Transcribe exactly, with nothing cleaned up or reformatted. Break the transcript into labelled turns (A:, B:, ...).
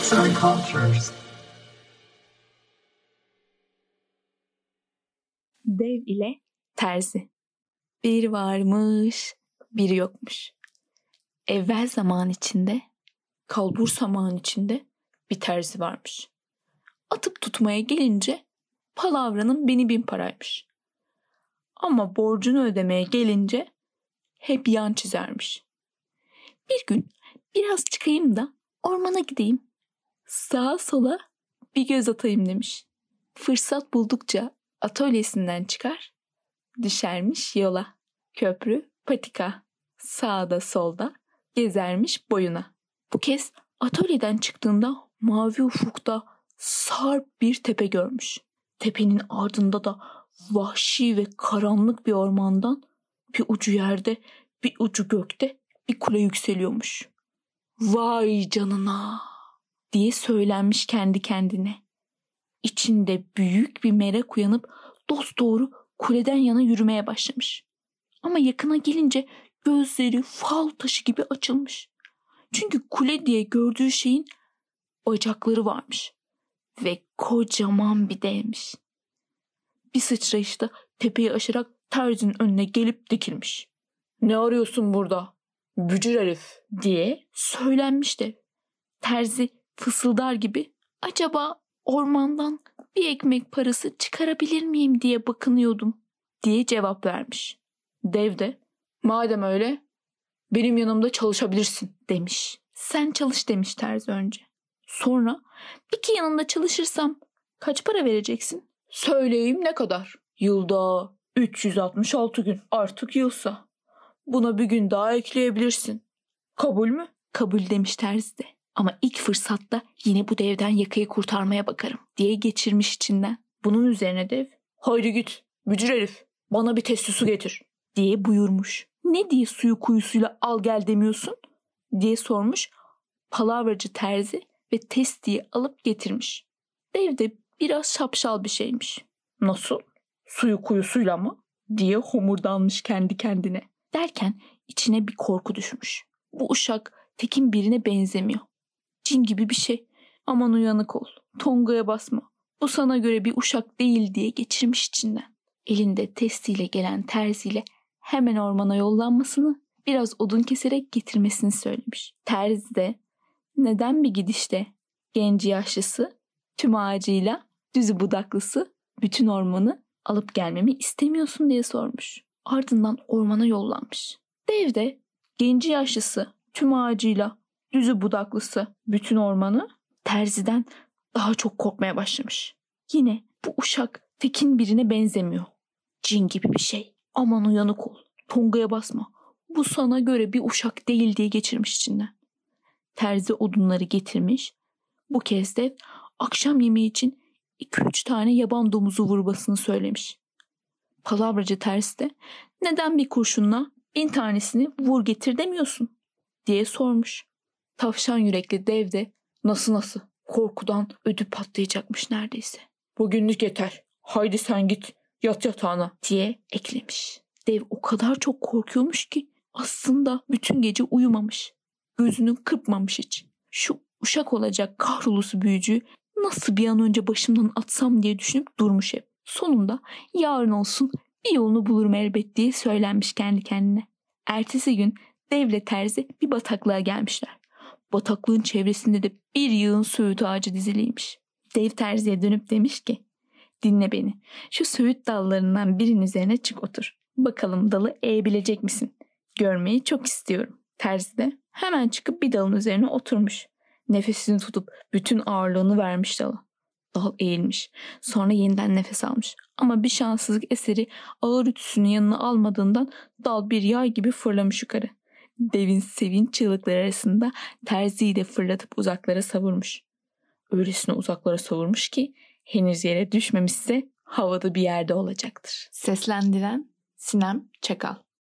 A: Arts and Cultures.
B: Dev ile terzi. Bir varmış, biri yokmuş. Evvel zaman içinde, kalbur saman içinde bir terzi varmış. Atıp tutmaya gelince palavranın bini bin paraymış. Ama borcunu ödemeye gelince hep yan çizermiş. Bir gün biraz çıkayım da ormana gideyim. Sağa sola bir göz atayım demiş. Fırsat buldukça atölyesinden çıkar, düşermiş yola. Köprü, patika, sağda solda gezermiş boyuna. Bu kez atölyeden çıktığında mavi ufukta sarp bir tepe görmüş. Tepenin ardında da vahşi ve karanlık bir ormandan bir ucu yerde, bir ucu gökte bir kule yükseliyormuş. Vay canına diye söylenmiş kendi kendine. İçinde büyük bir merak uyanıp dosdoğru kuleden yana yürümeye başlamış. Ama yakına gelince gözleri fal taşı gibi açılmış. Çünkü kule diye gördüğü şeyin bacakları varmış. Ve kocaman bir devmiş. Bir sıçrayışta tepeyi aşarak terzinin önüne gelip dikilmiş. "Ne arıyorsun burada? Bücür herif!" diye söylenmiş de. Terzi fısıldar gibi acaba ormandan bir ekmek parası çıkarabilir miyim diye bakınıyordum diye cevap vermiş. Dev de madem öyle benim yanımda çalışabilirsin demiş. Sen çalış demiş terzi önce. Sonra peki yanında çalışırsam kaç para vereceksin? Söyleyeyim ne kadar? Yılda üç yüz altmış altı gün artık yılsa. Buna bir gün daha ekleyebilirsin. Kabul mü? Kabul demiş terzi de. Ama ilk fırsatta yine bu devden yakayı kurtarmaya bakarım diye geçirmiş içinden. Bunun üzerine dev haydi git bücür herif bana bir testi su getir diye buyurmuş. Ne diye suyu kuyusuyla al gel demiyorsun diye sormuş palavracı terzi ve testiyi alıp getirmiş. Dev de biraz şapşal bir şeymiş. Nasıl? Suyu kuyusuyla mı? Diye homurdanmış kendi kendine. Derken içine bir korku düşmüş. Bu uşak tekin birine benzemiyor. Cin gibi bir şey. Aman uyanık ol. Tongaya basma. Bu sana göre bir uşak değil diye geçirmiş içinden. Elinde testiyle gelen terziyle hemen ormana yollanmasını, biraz odun keserek getirmesini söylemiş. Terzi de neden bir gidişte genci yaşlısı, tüm ağacıyla düzü budaklısı bütün ormanı alıp gelmemi istemiyorsun diye sormuş. Ardından ormana yollanmış. Dev de genci yaşlısı, tüm ağacıyla düzü budaklısı bütün ormanı terziden daha çok korkmaya başlamış. Yine bu uşak tekin birine benzemiyor. Cin gibi bir şey. Aman uyanık ol. Tongaya basma. Bu sana göre bir uşak değil diye geçirmiş içinden. Terzi odunları getirmiş. Bu kez de akşam yemeği için iki üç tane yaban domuzu vurmasını söylemiş. Palavracı terzi de neden bir kurşunla bin tanesini vur getir demiyorsun diye sormuş. Tavşan yürekli dev de nasıl nasıl korkudan ödü patlayacakmış neredeyse. Bugünlük yeter. Haydi sen git yat yatağına diye eklemiş. Dev o kadar çok korkuyormuş ki aslında bütün gece uyumamış. Gözünü kırpmamış hiç. Şu uşak olacak kahrolusu büyücüyü nasıl bir an önce başımdan atsam diye düşünüp durmuş hep. Sonunda yarın olsun bir yolunu bulurum elbet diye söylenmiş kendi kendine. Ertesi gün devle terzi bir bataklığa gelmişler. Bataklığın çevresinde de bir yığın söğüt ağacı diziliymiş. Dev terziye dönüp demiş ki dinle beni. Şu söğüt dallarından birinin üzerine çık otur. Bakalım dalı eğebilecek misin? Görmeyi çok istiyorum. Terzi de hemen çıkıp bir dalın üzerine oturmuş. Nefesini tutup bütün ağırlığını vermiş dala. Dal eğilmiş. Sonra yeniden nefes almış. Ama bir şanssızlık eseri ağır ütüsünü yanına almadığından dal bir yay gibi fırlamış yukarı. Devin sevinç çığlıkları arasında terziyi de fırlatıp uzaklara savurmuş. Öylesine uzaklara savurmuş ki henüz yere düşmemişse havada bir yerde olacaktır.
C: Seslendiren Sinem Çakal.